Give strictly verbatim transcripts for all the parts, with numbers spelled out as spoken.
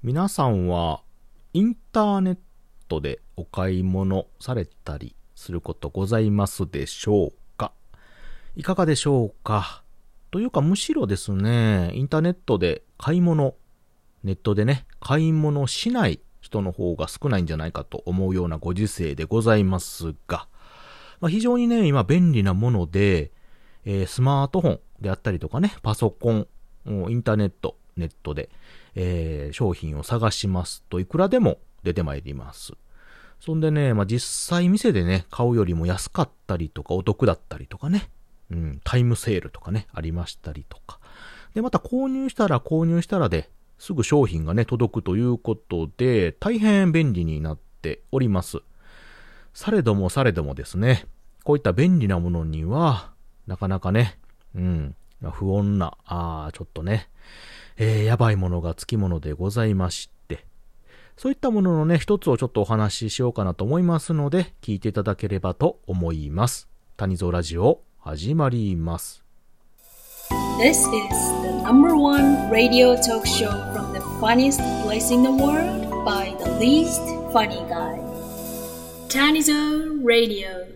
皆さんはインターネットでお買い物されたりすることございますでしょうか？いかがでしょうか？というかむしろですね、インターネットで買い物、ネットでね、買い物しない人の方が少ないんじゃないかと思うようなご時世でございますが、まあ、非常にね、今便利なもので、えー、スマートフォンであったりとかね、パソコン、インターネット、ネットで、えー、商品を探しますといくらでも出てまいります。そんでね、まあ、実際店でね、買うよりも安かったりとかお得だったりとかね、うん、タイムセールとかね、ありましたりとか。で、また購入したら購入したらですぐ商品がね、届くということで、大変便利になっております。されどもされどもですね、こういった便利なものには、なかなかね、うん、不穏な、あーちょっとね、えー、やばいものがつきものでございまして、そういったもののね、一つをちょっとお話ししようかなと思いますので、聞いていただければと思います。谷蔵ラジオ、始まります。 This is the number one radio talk show from the funniest place in the world by the least funny guy. Tanizo Radio.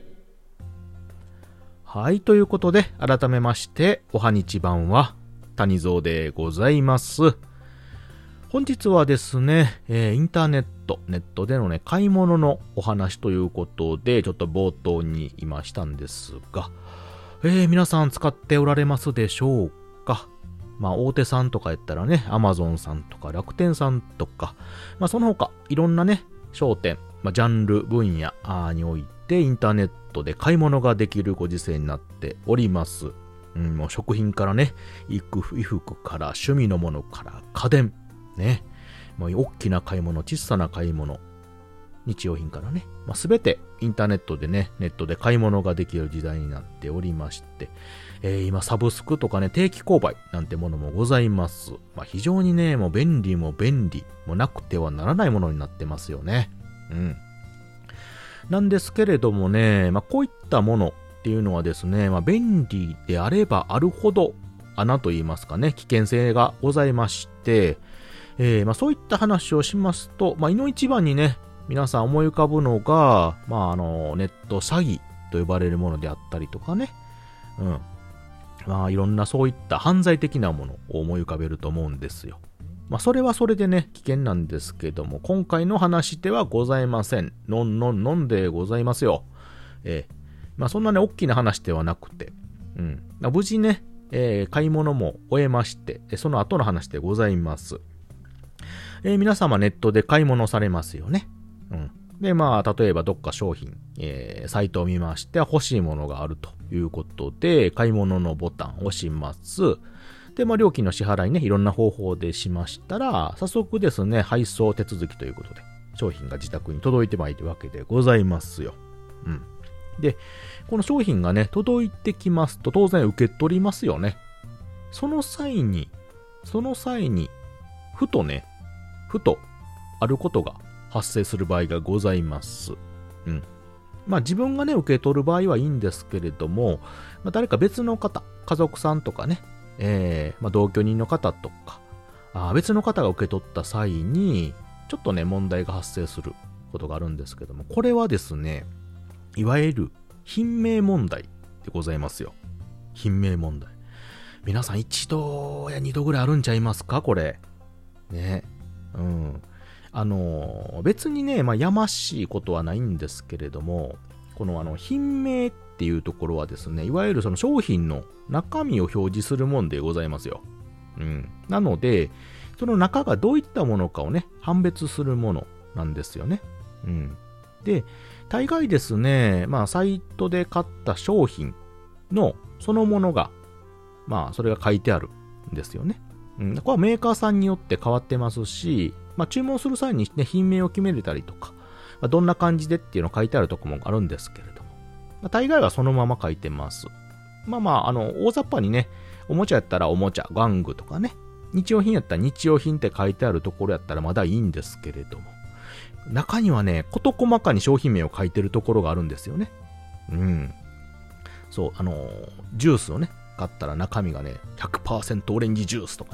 はい、ということで、改めまして、おはにちばんは、谷蔵でございます。本日はですね、えー、インターネット、ネットでのね、買い物のお話ということで、ちょっと冒頭に言いましたんですが、えー、皆さん使っておられますでしょうか？まあ、大手さんとかやったらね、アマゾンさんとか楽天さんとか、まあ、その他、いろんなね、商店、まあ、ジャンル、分野において、インターネットで買い物ができるご時世になっております。うん、もう食品からね、衣服から趣味のものから家電、ね、もう大きな買い物、小さな買い物、日用品からね、まあ、全てインターネットでね、ネットで買い物ができる時代になっておりまして、えー、今サブスクとかね、定期購買なんてものもございます。まあ、非常にね、もう便利も便利もなくてはならないものになってますよね。うん。なんですけれどもね、まあ、こういったものっていうのはですね、まあ、便利であればあるほど穴と言いますかね、危険性がございまして、えー、まあ、そういった話をしますと、まあ、いの一番にね、皆さん思い浮かぶのが、まあ、あの、ネット詐欺と呼ばれるものであったりとかね、うん。まあ、いろんなそういった犯罪的なものを思い浮かべると思うんですよ。まあ、それはそれでね、危険なんですけども、今回の話ではございません。のんのんのんでございますよ。えー、まあ、そんなね、大きな話ではなくて、うん。無事ね、えー、買い物も終えまして、その後の話でございます。えー、皆様ネットで買い物されますよね。うん。で、まあ、例えばどっか商品、えー、サイトを見まして欲しいものがあるということで、買い物のボタンを押します。で、まあ、料金の支払いね、いろんな方法でしましたら、早速ですね、配送手続きということで、商品が自宅に届いてまいるわけでございますよ。うん。で、この商品がね、届いてきますと、当然受け取りますよね。その際に、その際に、ふとね、ふと、あることが発生する場合がございます。うん。まあ自分がね、受け取る場合はいいんですけれども、まあ、誰か別の方、家族さんとかね、えー、まあ同居人の方とか、あ別の方が受け取った際に、ちょっとね、問題が発生することがあるんですけども、これはですね、いわゆる品名問題でございますよ。品名問題。皆さん一度や二度ぐらいあるんちゃいますかこれ。ね。うん。あの、別にね、まあ、やましいことはないんですけれども、このあの、品名っていうところはですね、いわゆるその商品の中身を表示するもんでございますよ。うん。なので、その中がどういったものかをね、判別するものなんですよね。うん。で、大概ですね、まあ、サイトで買った商品のそのものが、まあ、それが書いてあるんですよね。うん。これはメーカーさんによって変わってますし、まあ、注文する際にね、品名を決めれたりとか、まあ、どんな感じでっていうのを書いてあるところもあるんですけれども、まあ、大概はそのまま書いてます。まあまあ、あの、大雑把にね、おもちゃやったらおもちゃ、玩具とかね、日用品やったら日用品って書いてあるところやったらまだいいんですけれども、中にはね、事細かに商品名を書いてるところがあるんですよね。うん。そう、あの、ジュースをね、買ったら中身がね、ひゃくパーセント オレンジジュースとかね、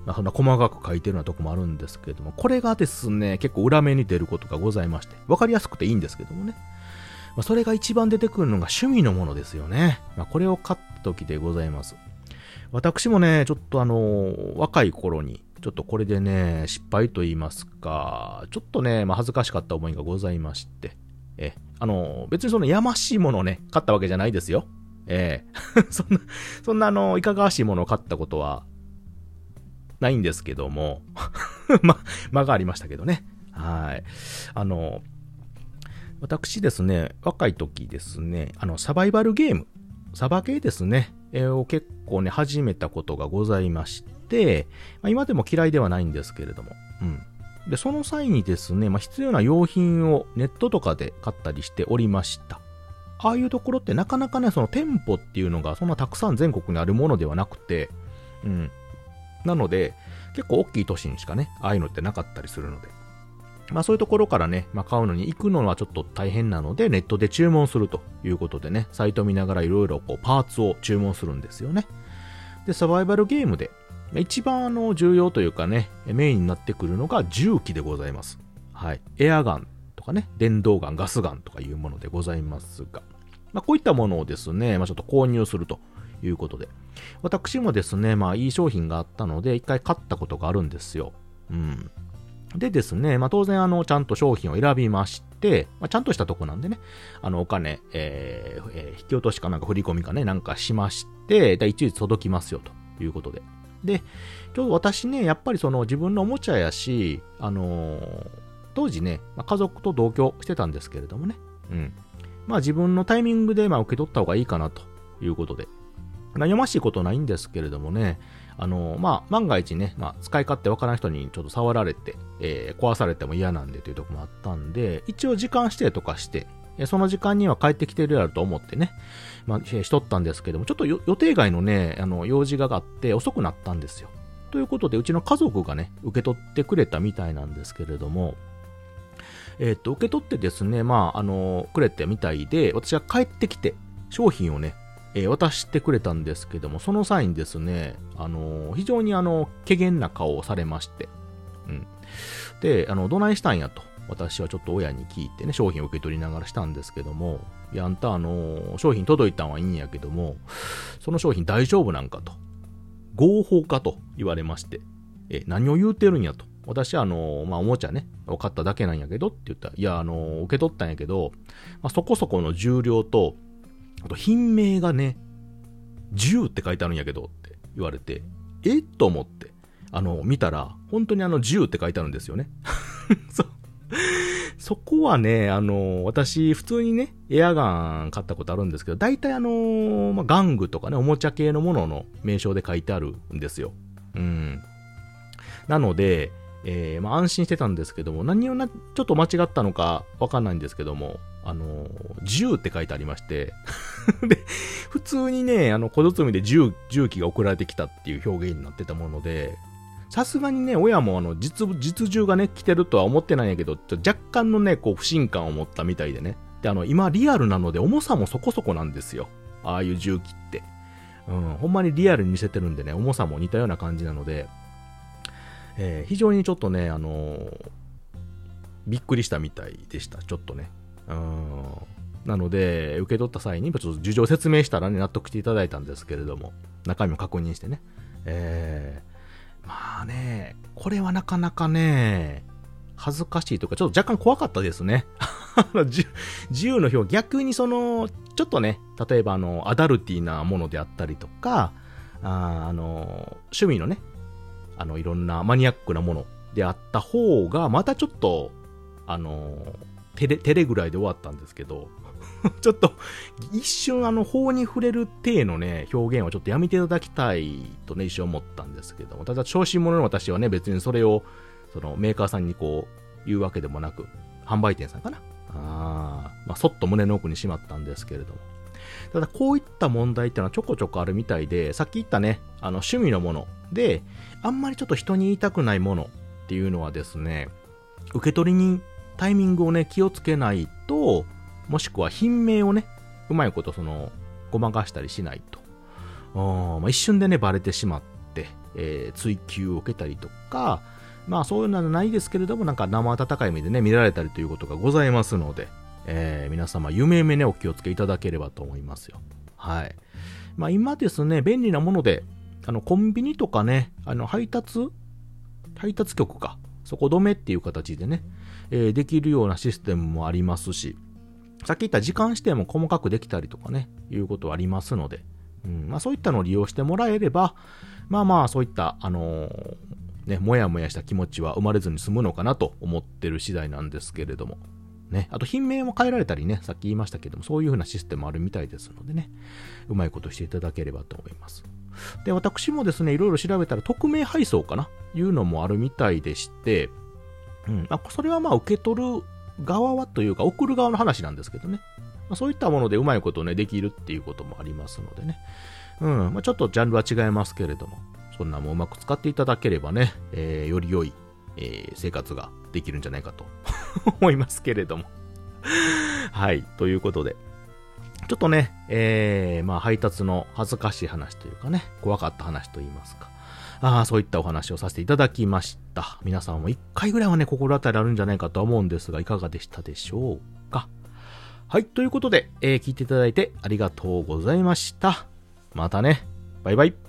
まあ、そんな細かく書いてるようなとこもあるんですけども、これがですね、結構裏目に出ることがございまして、わかりやすくていいんですけどもね。まあ、それが一番出てくるのが趣味のものですよね。まあ、これを買った時でございます。私もね、ちょっとあのー、若い頃に、ちょっとこれでね、失敗と言いますか、ちょっとね、まあ、恥ずかしかった思いがございまして、え、あのー、別にそのやましいものをね、買ったわけじゃないですよ。ええそんな、そんなあの、いかがわしいものを買ったことは、ないんですけども、ま、間がありましたけどね。はい。あの、私ですね、若い時ですね、あの、サバイバルゲーム、サバゲーですね、えー、を結構ね、始めたことがございまして、まあ、今でも嫌いではないんですけれども、うん。で、その際にですね、まあ、必要な用品をネットとかで買ったりしておりました。ああいうところってなかなかね、その店舗っていうのがそんなたくさん全国にあるものではなくて、うん。なので、結構大きい都市にしかね、ああいうのってなかったりするので。まあそういうところからね、まあ買うのに行くのはちょっと大変なので、ネットで注文するということでね、サイト見ながらいろいろこうパーツを注文するんですよね。で、サバイバルゲームで、一番あの重要というかね、メインになってくるのが銃器でございます。はい。エアガンとかね、電動ガン、ガスガンとかいうものでございますが、まあこういったものをですね、まあちょっと購入するということで。私もですね、まあいい商品があったので、一回買ったことがあるんですよ。うん。でですね、まあ当然あの、ちゃんと商品を選びまして、まあ、ちゃんとしたとこなんでね、あの、お金、えーえー、引き落としかなんか振り込みかね、なんかしまして、で、一律届きますよということで。で、ちょうど私ね、やっぱりその自分のおもちゃやし、あのー、当時ね、まあ、家族と同居してたんですけれどもね、うん。まあ自分のタイミングでまあ受け取った方がいいかなということで。悩ましいことないんですけれどもね、あの、まあ、万が一ね、まあ、使い勝手わからない人にちょっと触られて、えー、壊されても嫌なんでというところもあったんで、一応時間指定とかして、その時間には帰ってきてるやろと思ってね、まあ、しとったんですけども、ちょっと予定外のね、あの、用事があって遅くなったんですよ。ということで、うちの家族がね、受け取ってくれたみたいなんですけれども、えっと、受け取ってですね、まあ、あの、くれてみたいで、私が帰ってきて、商品をね、えー、渡してくれたんですけども、その際にですね、あのー、非常にあの、怪げな顔をされまして、うん。で、あの、どないしたんやと、私はちょっと親に聞いてね、商品を受け取りながらしたんですけども、いや、あんたあのー、商品届いたんはいいんやけども、その商品大丈夫なんかと、合法かと言われまして、え、何を言うてるんやと。私はあのー、まあ、おもちゃね、分かっただけなんやけどって言ったら、いや、あのー、受け取ったんやけど、まあ、そこそこの重量と、あと品名がね、銃って書いてあるんやけどって言われて、えっと思って、あの、見たら、本当にあの、銃って書いてあるんですよね。そ, そこはね、あの、私、普通にね、エアガン買ったことあるんですけど、大体あの、まあ、玩具とかね、おもちゃ系のものの名称で書いてあるんですよ。うん。なので、えー、まあ、安心してたんですけども、何をな、ちょっと間違ったのかわかんないんですけども、あの、銃って書いてありまして、で、普通にね、あの、小包で銃、銃器が送られてきたっていう表現になってたもので、さすがにね、親もあの、実、実銃がね、来てるとは思ってないんやけど、ちょ若干のね、こう、不信感を持ったみたいでね。で、あの、今、リアルなので、重さもそこそこなんですよ。ああいう銃器って。うん、ほんまにリアルに見せてるんでね、重さも似たような感じなので、えー、非常にちょっとね、あのー、びっくりしたみたいでした。ちょっとね。うん。なので、受け取った際に、ちょっと事情を説明したらね、納得していただいたんですけれども、中身を確認してね。えー、まあね、これはなかなかね、恥ずかしいというか、ちょっと若干怖かったですね。自由の表、逆にその、ちょっとね、例えばあの、アダルティーなものであったりとか、あ, あの、趣味のね、あの、いろんなマニアックなものであった方が、またちょっと、あの、テレ、テレぐらいで終わったんですけど、ちょっと、一瞬あの、法に触れる体のね、表現をちょっとやめていただきたいとね、一瞬思ったんですけども、ただ、小心者の私はね、別にそれを、その、メーカーさんにこう、言うわけでもなく、販売店さんかな。あまあ、そっと胸の奥にしまったんですけれども。ただ、こういった問題っていうのはちょこちょこあるみたいで、さっき言ったね、あの、趣味のもので、あんまりちょっと人に言いたくないものっていうのはですね、受け取りにタイミングをね、気をつけないと、もしくは品名をね、うまいことその、ごまかしたりしないと。まあ、一瞬でね、バレてしまって、 えー、追求を受けたりとか、まあそういうのはないですけれども、なんか生温かい目でね、見られたりということがございますので、えー、皆様、夢目ね、お気をつけいただければと思いますよ。はい。まあ今ですね、便利なもので、あの、コンビニとかね、あの、配達配達局か。そこ止めっていう形でね、えー、できるようなシステムもありますし、さっき言った時間指定も細かくできたりとかね、いうことはありますので、うん、まあそういったのを利用してもらえれば、まあまあそういった、あのー、ね、もやもやした気持ちは生まれずに済むのかなと思ってる次第なんですけれども。ね、あと品名も変えられたりね、さっき言いましたけども、そういう風なシステムあるみたいですのでね、うまいことしていただければと思います。で、私もですね、いろいろ調べたら匿名配送かないうのもあるみたいでして、うん、まあ、それはまあ受け取る側はというか、送る側の話なんですけどね。まあ、そういったものでうまいことね、できるっていうこともありますのでね。うん、まあ、ちょっとジャンルは違いますけれども、そんなもうまく使っていただければね、えー、より良い、えー、生活ができるんじゃないかと思いますけれども。はい、ということで。ちょっとね、えー、まあ配達の恥ずかしい話というかね、怖かった話といいますか。ああ、そういったお話をさせていただきました。皆さんも一回ぐらいはね、心当たりあるんじゃないかと思うんですが、いかがでしたでしょうか。はい、ということで、えー、聞いていただいてありがとうございました。またね、バイバイ。